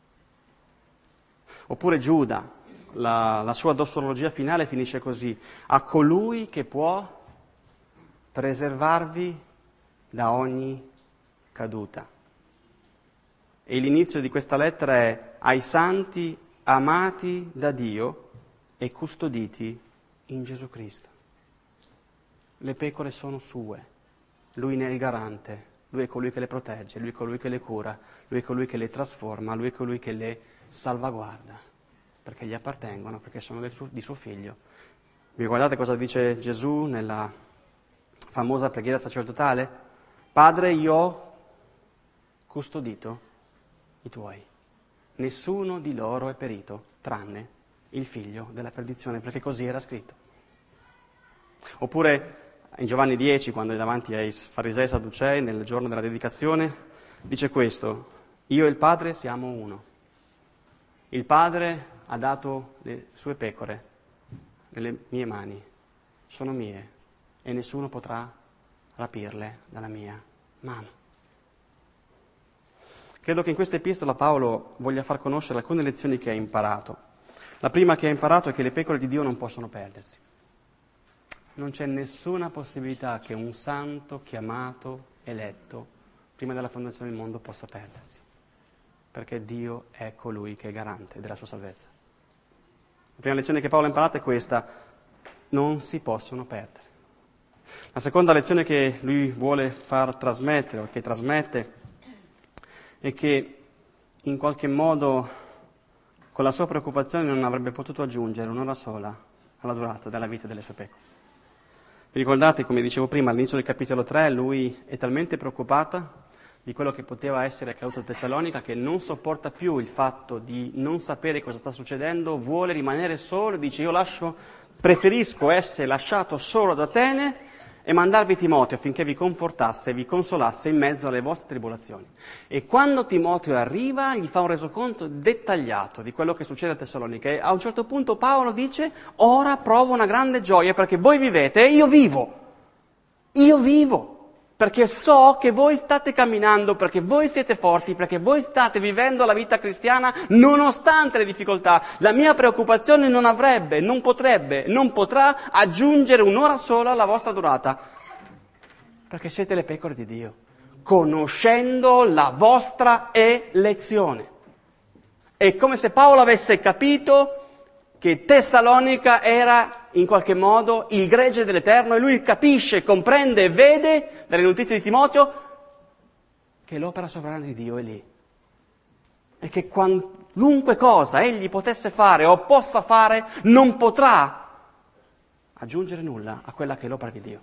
Oppure Giuda, la, la sua dossologia finale finisce così: a colui che può preservarvi da ogni caduta. E l'inizio di questa lettera è ai santi amati da Dio e custoditi in Gesù Cristo. Le pecore sono sue, Lui ne è il garante, Lui è colui che le protegge, Lui è colui che le cura, Lui è colui che le trasforma, Lui è colui che le salvaguarda, perché gli appartengono, perché sono del suo, di suo figlio. Vi guardate cosa dice Gesù nella famosa preghiera sacerdotale? Padre, io ho custodito i tuoi. Nessuno di loro è perito, tranne il figlio della perdizione, perché così era scritto. Oppure in Giovanni dieci, quando è davanti ai farisei e sadducei, nel giorno della dedicazione, dice questo: io e il Padre siamo uno. Il Padre ha dato le sue pecore nelle mie mani, sono mie, e nessuno potrà rapirle dalla mia mano. Credo che in questa epistola Paolo voglia far conoscere alcune lezioni che ha imparato. La prima che ha imparato è che le pecore di Dio non possono perdersi. Non c'è nessuna possibilità che un santo chiamato, eletto, prima della fondazione del mondo possa perdersi, perché Dio è colui che è garante della sua salvezza. La prima lezione che Paolo ha imparato è questa: non si possono perdere. La seconda lezione che lui vuole far trasmettere, o che trasmette, è che in qualche modo con la sua preoccupazione non avrebbe potuto aggiungere un'ora sola alla durata della vita delle sue pecore. Vi ricordate, come dicevo prima, all'inizio del capitolo tre, lui è talmente preoccupato di quello che poteva essere accaduto a Tessalonica, che non sopporta più il fatto di non sapere cosa sta succedendo, vuole rimanere solo, dice io lascio, preferisco essere lasciato solo ad Atene e mandarvi Timoteo affinché vi confortasse e vi consolasse in mezzo alle vostre tribolazioni. E quando Timoteo arriva gli fa un resoconto dettagliato di quello che succede a Tessalonica e a un certo punto Paolo dice ora provo una grande gioia perché voi vivete e io vivo, io vivo. Perché so che voi state camminando, perché voi siete forti, perché voi state vivendo la vita cristiana nonostante le difficoltà. La mia preoccupazione non avrebbe, non potrebbe, non potrà aggiungere un'ora sola alla vostra durata. Perché siete le pecore di Dio, conoscendo la vostra elezione. È come se Paolo avesse capito che Tessalonica era in qualche modo il gregge dell'Eterno e lui capisce, comprende e vede dalle notizie di Timoteo che l'opera sovrana di Dio è lì e che qualunque cosa egli potesse fare o possa fare non potrà aggiungere nulla a quella che è l'opera di Dio.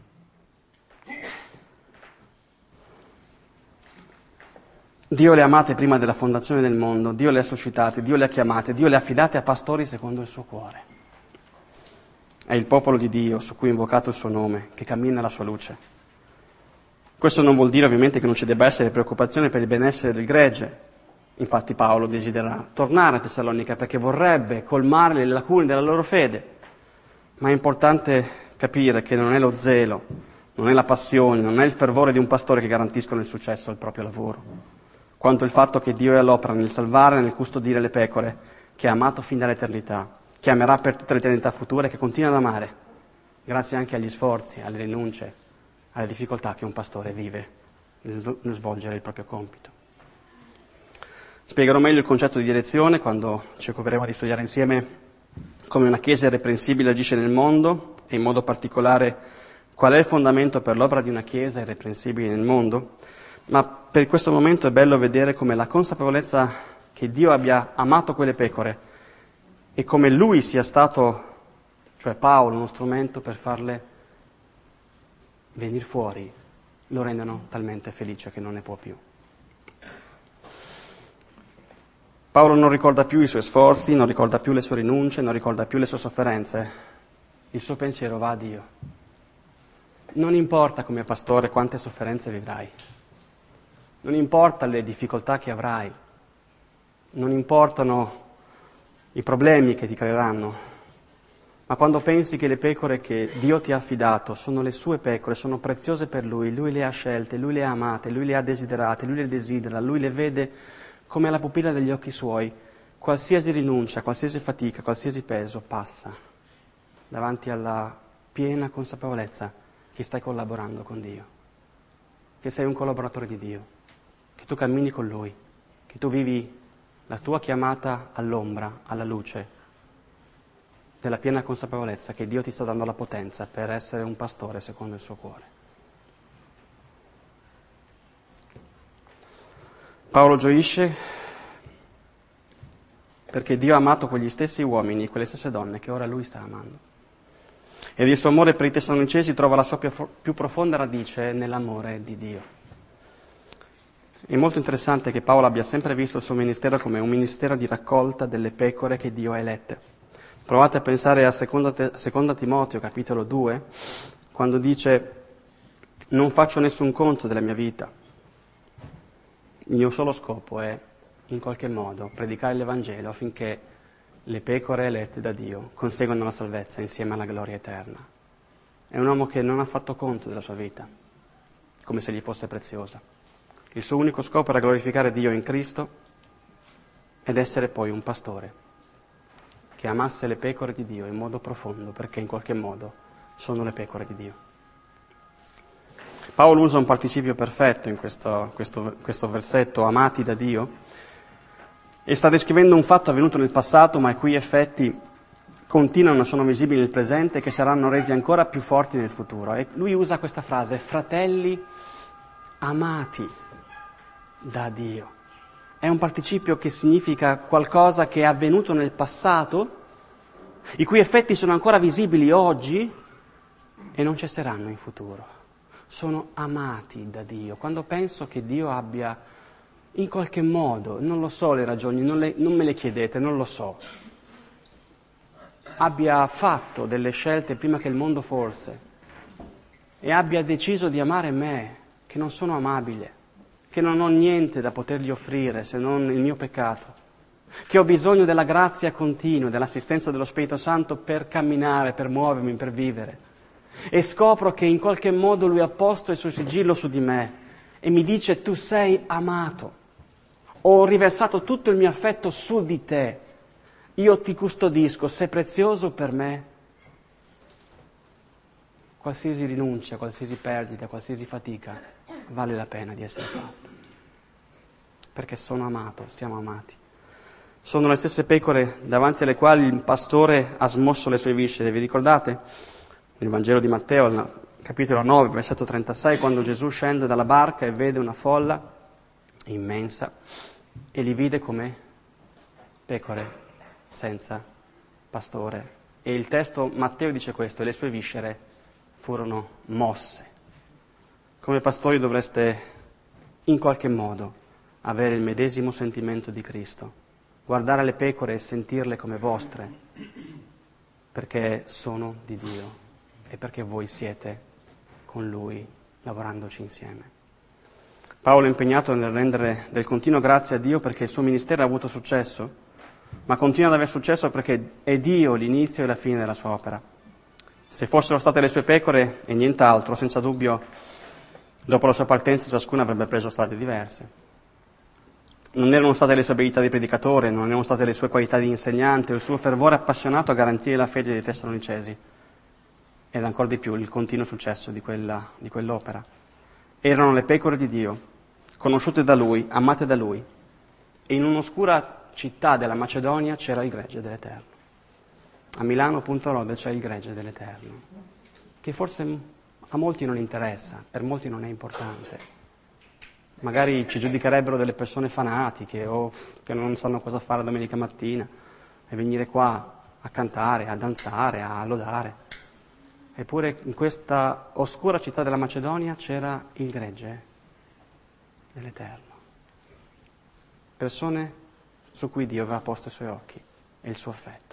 Dio le ha amate prima della fondazione del mondo, Dio le ha suscitate, Dio le ha chiamate, Dio le ha affidate a pastori secondo il suo cuore. È il popolo di Dio su cui è invocato il suo nome, che cammina alla sua luce. Questo non vuol dire ovviamente che non ci debba essere preoccupazione per il benessere del gregge. Infatti Paolo desidera tornare a Tessalonica perché vorrebbe colmare le lacune della loro fede. Ma è importante capire che non è lo zelo, non è la passione, non è il fervore di un pastore che garantiscono il successo al proprio lavoro, quanto il fatto che Dio è all'opera nel salvare e nel custodire le pecore che ha amato fin dall'eternità, che amerà per tutta l'eternità futura e che continua ad amare, grazie anche agli sforzi, alle rinunce, alle difficoltà che un pastore vive nel svolgere il proprio compito. Spiegherò meglio il concetto di direzione quando ci occuperemo di studiare insieme come una Chiesa irreprensibile agisce nel mondo e in modo particolare qual è il fondamento per l'opera di una Chiesa irreprensibile nel mondo, ma per questo momento è bello vedere come la consapevolezza che Dio abbia amato quelle pecore e come Lui sia stato, cioè Paolo, uno strumento per farle venire fuori, lo rendono talmente felice che non ne può più. Paolo non ricorda più i suoi sforzi, non ricorda più le sue rinunce, non ricorda più le sue sofferenze. Il suo pensiero va a Dio. Non importa come pastore quante sofferenze vivrai, non importa le difficoltà che avrai, non importano i problemi che ti creeranno, ma quando pensi che le pecore che Dio ti ha affidato sono le sue pecore, sono preziose per Lui, Lui le ha scelte, Lui le ha amate, Lui le ha desiderate, Lui le desidera, Lui le vede come la pupilla degli occhi Suoi, qualsiasi rinuncia, qualsiasi fatica, qualsiasi peso passa davanti alla piena consapevolezza che stai collaborando con Dio, che sei un collaboratore di Dio, che tu cammini con Lui, che tu vivi la tua chiamata all'ombra, alla luce, della piena consapevolezza che Dio ti sta dando la potenza per essere un pastore secondo il suo cuore. Paolo gioisce perché Dio ha amato quegli stessi uomini, quelle stesse donne che ora lui sta amando. Ed il suo amore per i Tessalonicesi trova la sua più profonda radice nell'amore di Dio. È molto interessante che Paolo abbia sempre visto il suo ministero come un ministero di raccolta delle pecore che Dio ha elette. Provate a pensare a seconda Timoteo, capitolo due, quando dice «Non faccio nessun conto della mia vita. Il mio solo scopo è, in qualche modo, predicare l'Evangelo affinché le pecore elette da Dio conseguano la salvezza insieme alla gloria eterna». È un uomo che non ha fatto conto della sua vita, come se gli fosse preziosa. Il suo unico scopo era glorificare Dio in Cristo ed essere poi un pastore che amasse le pecore di Dio in modo profondo, perché in qualche modo sono le pecore di Dio. Paolo usa un participio perfetto in questo, questo, questo versetto, amati da Dio, e sta descrivendo un fatto avvenuto nel passato, ma i cui effetti continuano, sono visibili nel presente e che saranno resi ancora più forti nel futuro. E lui usa questa frase, fratelli amati da Dio. È un participio che significa qualcosa che è avvenuto nel passato, i cui effetti sono ancora visibili oggi e non cesseranno in futuro. sono amati da Dio. Quando penso che Dio abbia in qualche modo, non lo so le ragioni, non, le, non me le chiedete, non lo so, abbia fatto delle scelte prima che il mondo fosse e abbia deciso di amare me, che non sono amabile, che non ho niente da potergli offrire se non il mio peccato, che ho bisogno della grazia continua, dell'assistenza dello Spirito Santo per camminare, per muovermi, per vivere. E scopro che in qualche modo Lui ha posto il suo sigillo su di me e mi dice: tu sei amato, ho riversato tutto il mio affetto su di te, io ti custodisco, sei prezioso per me. Qualsiasi rinuncia, qualsiasi perdita, qualsiasi fatica vale la pena di essere fatta, perché sono amato, siamo amati. Sono le stesse pecore davanti alle quali il pastore ha smosso le sue viscere. Vi ricordate? Nel Vangelo di Matteo, capitolo nove, versetto trentasei, quando Gesù scende dalla barca e vede una folla immensa e li vide come pecore senza pastore. E il testo Matteo dice questo: e le sue viscere furono mosse. Come pastori dovreste in qualche modo avere il medesimo sentimento di Cristo. Guardare le pecore e sentirle come vostre, perché sono di Dio e perché voi siete con Lui, lavorandoci insieme. Paolo è impegnato nel rendere del continuo grazie a Dio perché il suo ministero ha avuto successo, ma continua ad aver successo perché è Dio l'inizio e la fine della sua opera. Se fossero state le sue pecore e nient'altro, senza dubbio, dopo la sua partenza ciascuna avrebbe preso strade diverse. Non erano state le sue abilità di predicatore, non erano state le sue qualità di insegnante, o il suo fervore appassionato a garantire la fede dei Tessalonicesi, ed ancora di più il continuo successo di, quella, di quell'opera. Erano le pecore di Dio, conosciute da Lui, amate da Lui, e in un'oscura città della Macedonia c'era il gregge dell'Eterno. A Milano, Punto Lode, c'è il gregge dell'Eterno, che forse a molti non interessa, per molti non è importante. Magari ci giudicherebbero delle persone fanatiche o che non sanno cosa fare domenica mattina e venire qua a cantare, a danzare, a lodare. Eppure in questa oscura città della Macedonia c'era il gregge dell'Eterno. Persone su cui Dio aveva posto i suoi occhi e il suo affetto.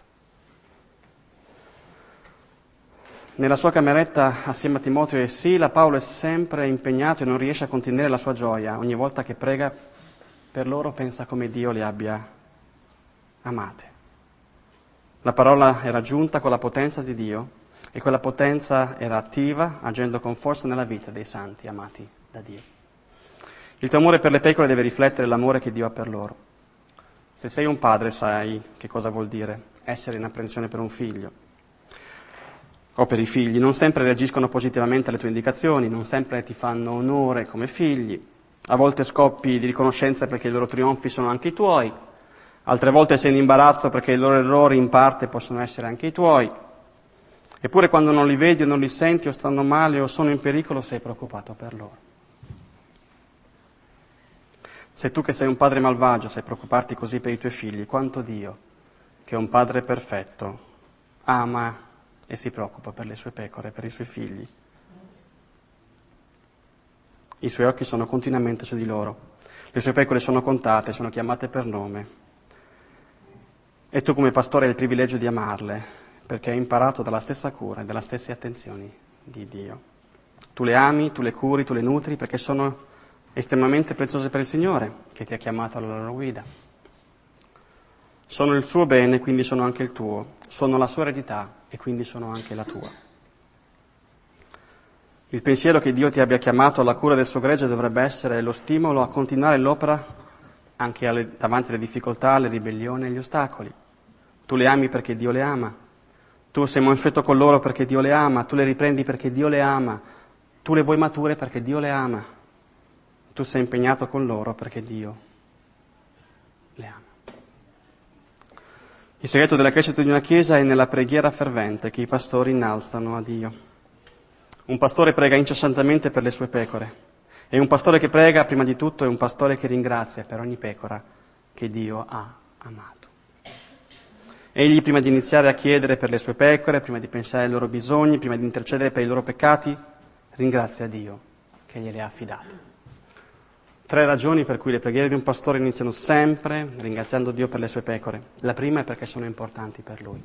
Nella sua cameretta assieme a Timoteo e Sila, Paolo è sempre impegnato e non riesce a contenere la sua gioia. Ogni volta che prega per loro pensa come Dio li abbia amate. La parola era giunta con la potenza di Dio e quella potenza era attiva, agendo con forza nella vita dei santi amati da Dio. Il tuo amore per le pecore deve riflettere l'amore che Dio ha per loro. Se sei un padre sai che cosa vuol dire essere in apprensione per un figlio. O per i figli, non sempre reagiscono positivamente alle tue indicazioni, non sempre ti fanno onore come figli, a volte scoppi di riconoscenza perché i loro trionfi sono anche i tuoi, altre volte sei in imbarazzo perché i loro errori in parte possono essere anche i tuoi, eppure quando non li vedi o non li senti o stanno male o sono in pericolo sei preoccupato per loro. Se tu che sei un padre malvagio sai preoccuparti così per i tuoi figli, quanto Dio, che è un padre perfetto, ama e si preoccupa per le sue pecore, per i suoi figli. I suoi occhi sono continuamente su di loro. Le sue pecore sono contate, sono chiamate per nome. E tu come pastore hai il privilegio di amarle, perché hai imparato dalla stessa cura e dalle stesse attenzioni di Dio. Tu le ami, tu le curi, tu le nutri, perché sono estremamente preziose per il Signore, che ti ha chiamato alla loro guida. Sono il suo bene, quindi sono anche il tuo. Sono la sua eredità e quindi sono anche la tua. Il pensiero che Dio ti abbia chiamato alla cura del suo gregge dovrebbe essere lo stimolo a continuare l'opera anche alle, davanti alle difficoltà, alle ribellioni e agli ostacoli. Tu le ami perché Dio le ama. Tu sei mansueto con loro perché Dio le ama. Tu le riprendi perché Dio le ama. Tu le vuoi mature perché Dio le ama. Tu sei impegnato con loro perché Dio le ama. Il segreto della crescita di una chiesa è nella preghiera fervente che i pastori innalzano a Dio. Un pastore prega incessantemente per le sue pecore e un pastore che prega prima di tutto è un pastore che ringrazia per ogni pecora che Dio ha amato. Egli prima di iniziare a chiedere per le sue pecore, prima di pensare ai loro bisogni, prima di intercedere per i loro peccati, ringrazia Dio che gliele ha affidate. Tre ragioni per cui le preghiere di un pastore iniziano sempre ringraziando Dio per le sue pecore. La prima è perché sono importanti per Lui.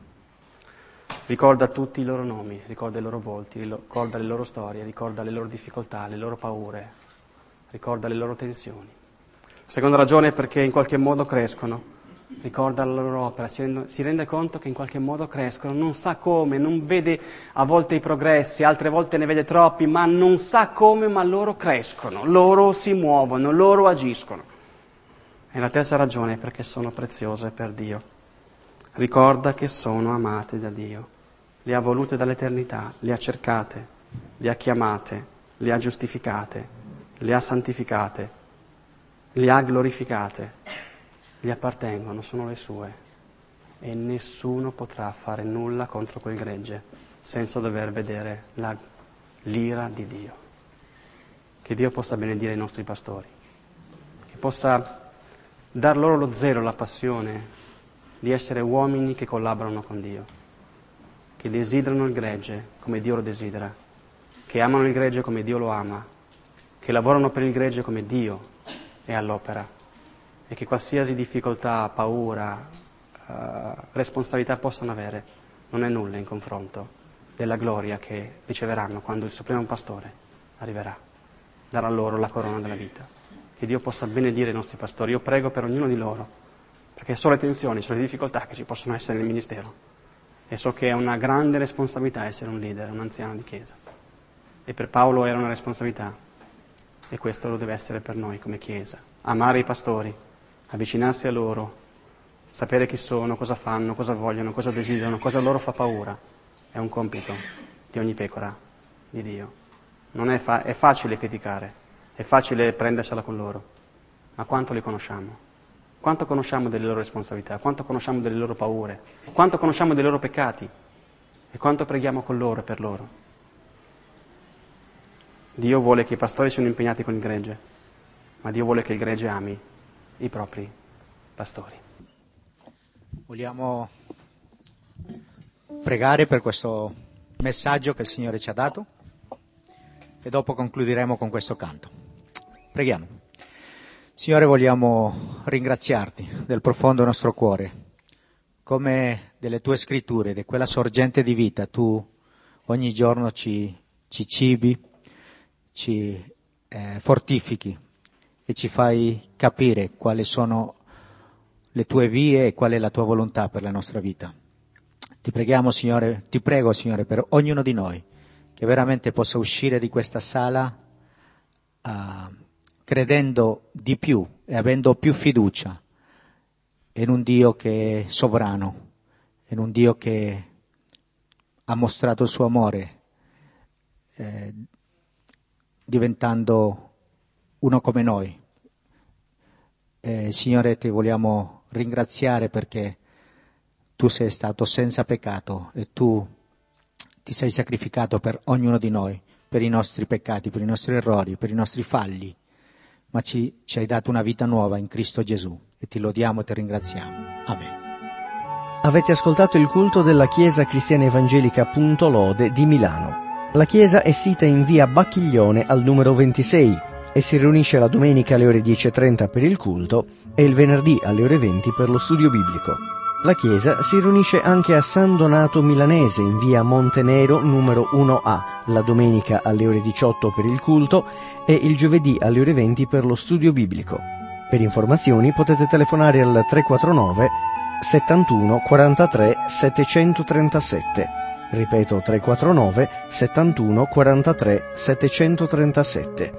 Ricorda tutti i loro nomi, ricorda i loro volti, ricorda le loro storie, ricorda le loro difficoltà, le loro paure, ricorda le loro tensioni. La seconda ragione è perché in qualche modo crescono. Ricorda la loro opera, si rende, si rende conto che in qualche modo crescono, non sa come, non vede a volte i progressi, altre volte ne vede troppi, ma non sa come, ma loro crescono, loro si muovono, loro agiscono. E la terza ragione è perché sono preziose per Dio. Ricorda che sono amate da Dio, le ha volute dall'eternità, le ha cercate, le ha chiamate, le ha giustificate, le ha santificate, le ha glorificate. Gli appartengono, sono le sue e nessuno potrà fare nulla contro quel gregge senza dover vedere la, l'ira di Dio. Che Dio possa benedire i nostri pastori, che possa dar loro lo zelo, la passione di essere uomini che collaborano con Dio, che desiderano il gregge come Dio lo desidera, che amano il gregge come Dio lo ama, che lavorano per il gregge come Dio è all'opera. E che qualsiasi difficoltà, paura, uh, responsabilità possano avere, non è nulla in confronto della gloria che riceveranno quando il Supremo Pastore arriverà, darà loro la corona della vita. Che Dio possa benedire i nostri pastori. Io prego per ognuno di loro, perché so le tensioni, so le difficoltà che ci possono essere nel ministero e so che è una grande responsabilità essere un leader, un anziano di chiesa. E per Paolo era una responsabilità e questo lo deve essere per noi come chiesa. Amare i pastori, avvicinarsi a loro, sapere chi sono, cosa fanno, cosa vogliono, cosa desiderano, cosa loro fa paura, è un compito di ogni pecora di Dio. Non è, fa- è facile criticare, è facile prendersela con loro, ma quanto li conosciamo? Quanto conosciamo delle loro responsabilità, quanto conosciamo delle loro paure, quanto conosciamo dei loro peccati e quanto preghiamo con loro e per loro. Dio vuole che i pastori siano impegnati con il gregge, ma Dio vuole che il gregge ami i propri pastori. Vogliamo pregare per questo messaggio che il Signore ci ha dato e dopo concluderemo con questo canto. Preghiamo. Signore, vogliamo ringraziarti del profondo nostro cuore, come delle tue scritture, di quella sorgente di vita, tu ogni giorno ci, ci cibi, ci eh, fortifichi e ci fai capire quali sono le tue vie e qual è la tua volontà per la nostra vita. Ti preghiamo, Signore, ti prego, Signore, per ognuno di noi, che veramente possa uscire di questa sala uh, credendo di più e avendo più fiducia in un Dio che è sovrano, in un Dio che ha mostrato il suo amore, eh, diventando uno come noi. Eh, Signore, ti vogliamo ringraziare perché tu sei stato senza peccato e tu ti sei sacrificato per ognuno di noi, per i nostri peccati, per i nostri errori, per i nostri falli, ma ci, ci hai dato una vita nuova in Cristo Gesù e ti lodiamo e ti ringraziamo. Amen. Avete ascoltato il culto della Chiesa Cristiana Evangelica Punto Lode di Milano. La chiesa è sita in via Bacchiglione al numero ventisei e si riunisce la domenica alle ore dieci e trenta per il culto e il venerdì alle ore venti per lo studio biblico. La chiesa si riunisce anche a San Donato Milanese in via Montenero numero uno A, la domenica alle ore diciotto per il culto e il giovedì alle ore venti per lo studio biblico. Per informazioni potete telefonare al tre quattro nove settantuno quarantatré settecentotrentasette. Ripeto, tre quattro nove settantuno quarantatré settecentotrentasette.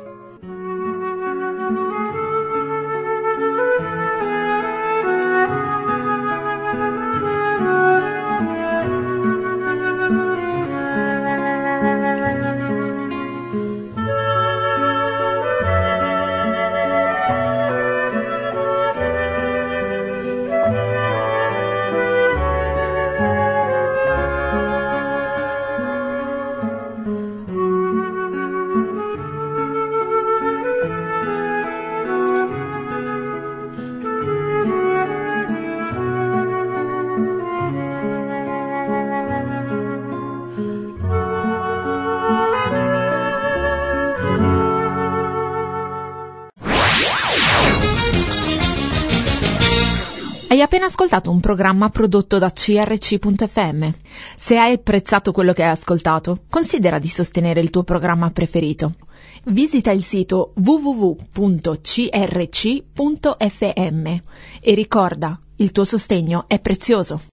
Hai appena ascoltato un programma prodotto da C R C punto F M. Se hai apprezzato quello che hai ascoltato, considera di sostenere il tuo programma preferito. Visita il sito w w w punto c r c punto f m e ricorda, il tuo sostegno è prezioso.